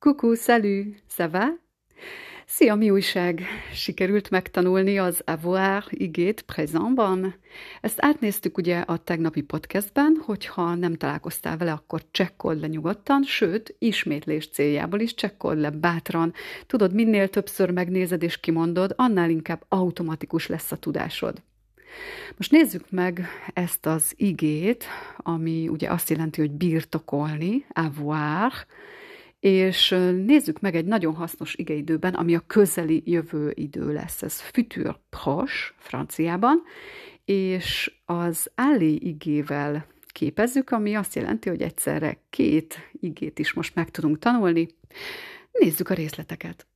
Coucou, salut, ça va? Szia, mi újság? Sikerült megtanulni az avoir igét présentban? Ezt átnéztük ugye a tegnapi podcastben, hogyha nem találkoztál vele, akkor csekkold le nyugodtan, sőt, ismétlés céljából is csekkold le bátran. Tudod, minél többször megnézed és kimondod, annál inkább automatikus lesz a tudásod. Most nézzük meg ezt az igét, ami ugye azt jelenti, hogy birtokolni, avoir, és nézzük meg egy nagyon hasznos igeidőben, ami a közeli jövő idő lesz. Ez futur proche franciában, és az aller igével képezzük, ami azt jelenti, hogy egyszerre két igét is most meg tudunk tanulni. Nézzük a részleteket.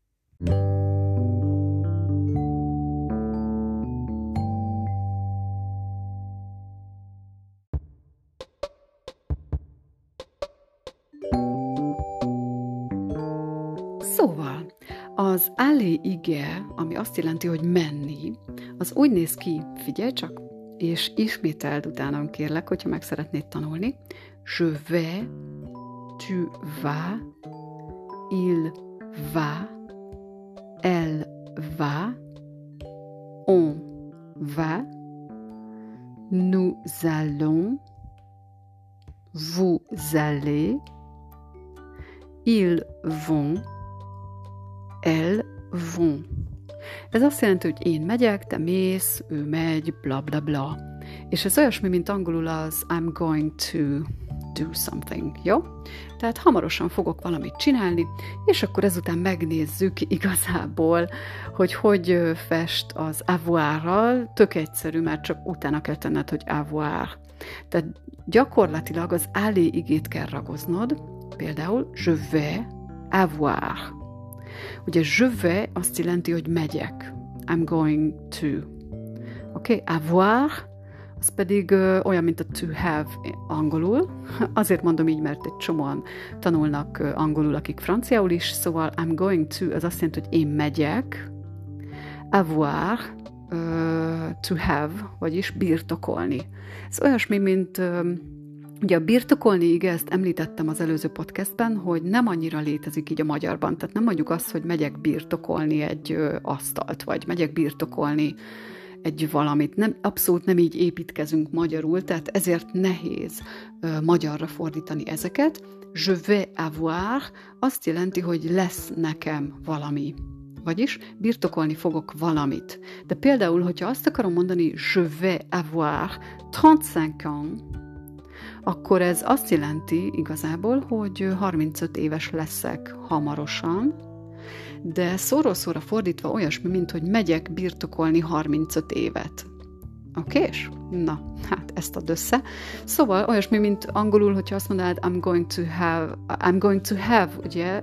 Szóval, az aller ige, ami azt jelenti, hogy menni, az úgy néz ki, figyelj csak, és ismételd utánam kérlek, hogyha meg szeretnéd tanulni. Je vais, tu vas, il va, elle va, on va, nous allons, vous allez, ils vont, elles vont. Ez azt jelenti, hogy én megyek, te mész, ő megy, bla bla bla. És ez olyasmi, mint angolul az I'm going to do something, jó? Tehát hamarosan fogok valamit csinálni, és akkor ezután megnézzük igazából, hogy fest az avoir-ral. Tök egyszerű, mert csak utána kell tenned, hogy avoir. Tehát gyakorlatilag az aller igét kell ragoznod, például je vais avoir. Ugye je vais azt jelenti, hogy megyek. I'm going to. Oké? Avoir, az pedig olyan, mint a to have angolul. Azért mondom így, mert egy csomóan tanulnak angolul, akik franciául is, szóval I'm going to, az azt jelenti, hogy én megyek. Avoir, to have, vagyis birtokolni. Ez olyasmi, mint... Ugye a birtokolni ige, ezt említettem az előző podcastben, hogy nem annyira létezik így a magyarban. Tehát nem mondjuk azt, hogy megyek birtokolni egy asztalt, vagy megyek birtokolni egy valamit. Nem, abszolút nem így építkezünk magyarul, tehát ezért nehéz magyarra fordítani ezeket. Je vais avoir azt jelenti, hogy lesz nekem valami. Vagyis birtokolni fogok valamit. De például, hogyha azt akarom mondani, je vais avoir 35 ans, akkor ez azt jelenti igazából, hogy 35 éves leszek hamarosan, de szóról-szóra fordítva olyasmi, mint hogy megyek birtokolni 35 évet. Okés? Na, hát ezt add össze. Szóval olyasmi, mint angolul, hogyha azt mondanád, I'm going to have, ugye,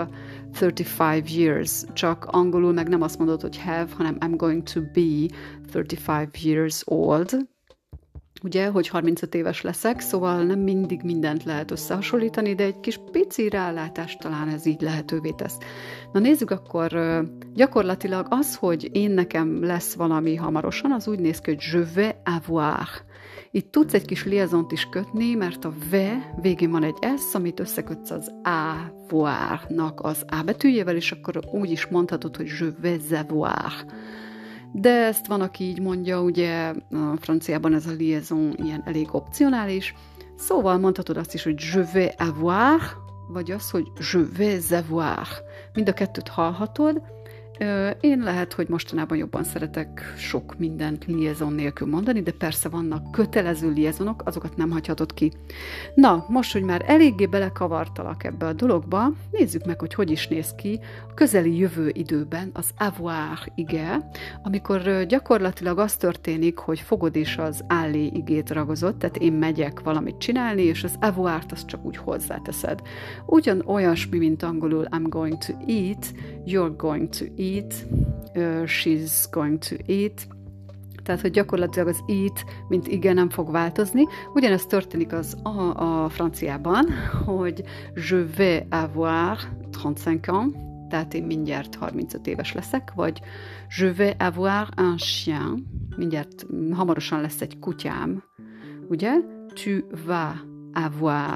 35 years, csak angolul meg nem azt mondod, hogy have, hanem I'm going to be 35 years old, ugye, hogy 35 éves leszek, szóval nem mindig mindent lehet összehasonlítani, de egy kis pici rálátást talán ez így lehetővé tesz. Na nézzük akkor, gyakorlatilag az, hogy én nekem lesz valami hamarosan, az úgy néz ki, hogy je vais avoir. Itt tudsz egy kis liaisont is kötni, mert a ve végén van egy s, amit összekötsz az avoir-nak az a betűjével, és akkor úgy is mondhatod, hogy je vais avoir. De ezt van, aki így mondja, ugye a franciában ez a liaison ilyen elég opcionális, szóval mondhatod azt is, hogy je vais avoir, vagy az, hogy je vais avoir. Mind a kettőt hallhatod. Én lehet, hogy mostanában jobban szeretek sok mindent liaison nélkül mondani, de persze vannak kötelező liaisonok, azokat nem hagyhatod ki. Na, most, hogy már eléggé belekavartalak ebbe a dologba, nézzük meg, hogy is néz ki a közeli jövő időben az avoir ige, amikor gyakorlatilag az történik, hogy fogod és az aller igét ragozod, tehát én megyek valamit csinálni, és az avoir-t azt csak úgy hozzáteszed. Ugyan olyasmi, mint angolul I'm going to eat, you're going to eat, she's going to eat, tehát, hogy gyakorlatilag az eat, mint igen, nem fog változni. Ugyanezt történik a franciában, hogy je vais avoir 35 ans, tehát én mindjárt 35 éves leszek, vagy je vais avoir un chien, mindjárt hamarosan lesz egy kutyám, ugye? Tu vas avoir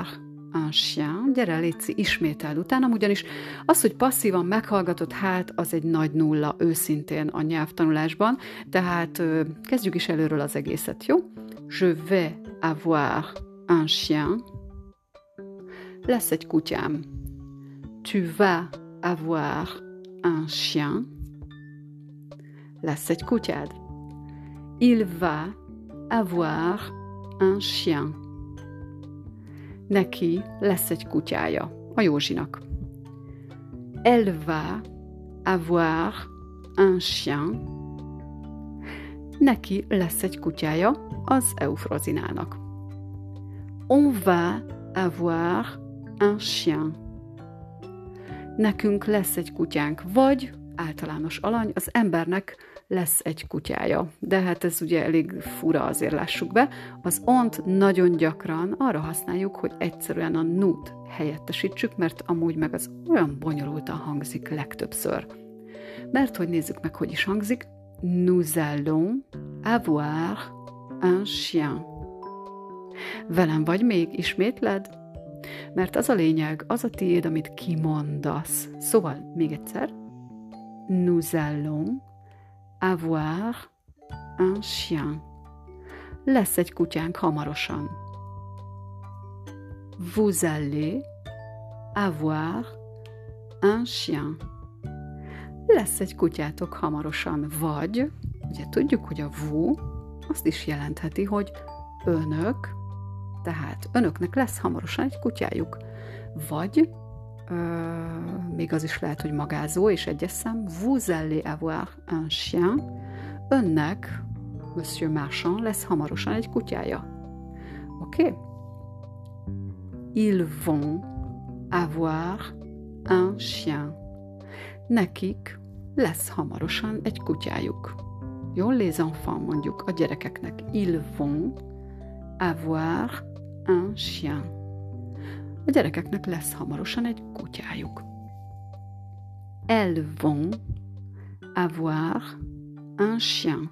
un chien. Gyere, létszi, ismételd utánam, ugyanis az, hogy passzívan meghallgatod, hát az egy nagy nulla őszintén a nyelvtanulásban, tehát kezdjük is előről az egészet, jó? Je vais avoir un chien. Lesz egy kutyám. Tu vas avoir un chien. Lesz egy kutyád. Il va avoir un chien. Neki lesz egy kutyája, a Józsinak. Elle va avoir un chien. Neki lesz egy kutyája, az Eufrozinának. On va avoir un chien. Nekünk lesz egy kutyánk, vagy általános alany, az embernek lesz egy kutyája. De hát ez ugye elég fura, azért lássuk be. Az ont nagyon gyakran arra használjuk, hogy egyszerűen a nut helyettesítsük, mert amúgy meg az olyan bonyolultan hangzik legtöbbször. Mert hogy nézzük meg, hogy is hangzik. Nous allons avoir un chien. Velem vagy még, ismétled? Mert az a lényeg, az a tiéd, amit kimondasz. Szóval, még egyszer. Nous allons avoir un chien. Lesz egy kutyánk hamarosan. Vous allez avoir un chien. Lesz egy kutyátok hamarosan, vagy, ugye tudjuk, hogy a vous azt is jelentheti, hogy önök, tehát önöknek lesz hamarosan egy kutyájuk. Vagy még az is lehet, hogy magázó és egyes szám. Vous allez avoir un chien. Önnek, Monsieur Marchand, lesz hamarosan egy kutyája. Oké? Ils vont avoir un chien. Nekik lesz hamarosan egy kutyájuk. Jó, les enfants mondjuk a gyerekeknek. Ils vont avoir un chien. A gyerekeknek lesz hamarosan egy kutyájuk. Elles vont avoir un chien.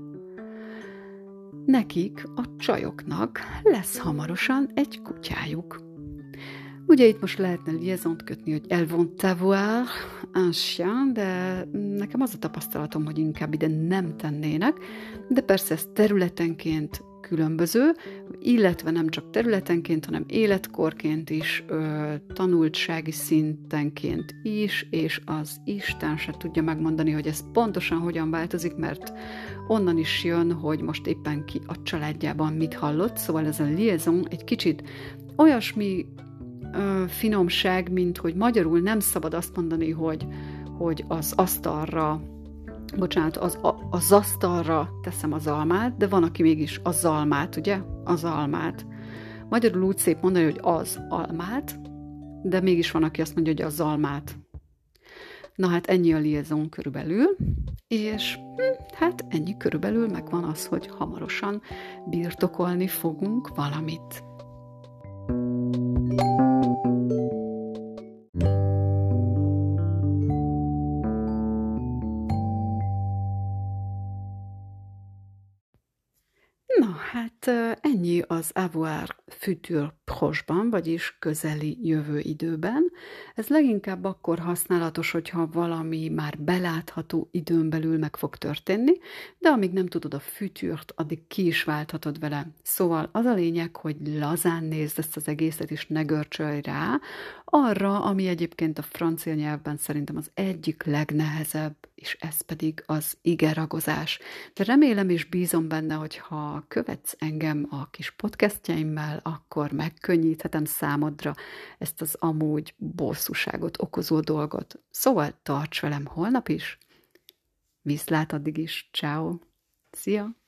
Nekik, a csajoknak lesz hamarosan egy kutyájuk. Ugye itt most lehetne liaisont kötni, hogy elles vont avoir un chien, de nekem az a tapasztalatom, hogy inkább ide nem tennének, de persze ez területenként különböző, illetve nem csak területenként, hanem életkorként is, tanultsági szintenként is, és az Isten se tudja megmondani, hogy ez pontosan hogyan változik, mert onnan is jön, hogy most éppen ki a családjában mit hallott, szóval ez a liaison egy kicsit olyasmi finomság, mint hogy magyarul nem szabad azt mondani, hogy az asztalra, bocsánat, az asztalra teszem az almát, de van, aki mégis az almát, ugye? Az almát. Magyarul úgy szép mondani, hogy az almát, de mégis van, aki azt mondja, hogy az almát. Na hát ennyi a liaison körülbelül, és hát ennyi körülbelül megvan az, hogy hamarosan birtokolni fogunk valamit. Na, hát ennyi az avoir futur proche-ban, vagyis közeli jövő időben. Ez leginkább akkor használatos, hogyha valami már belátható időn belül meg fog történni, de amíg nem tudod a futurt, addig ki is válthatod vele. Szóval az a lényeg, hogy lazán nézd ezt az egészet, és ne görcsölj rá arra, ami egyébként a francia nyelvben szerintem az egyik legnehezebb, és ez pedig az igeragozás. De remélem és bízom benne, hogy ha követsz engem a kis podcastjaimmel, akkor megkönnyíthetem számodra ezt az amúgy bosszúságot okozó dolgot. Szóval tarts velem holnap is. Viszlát addig is. Ciao. Szia.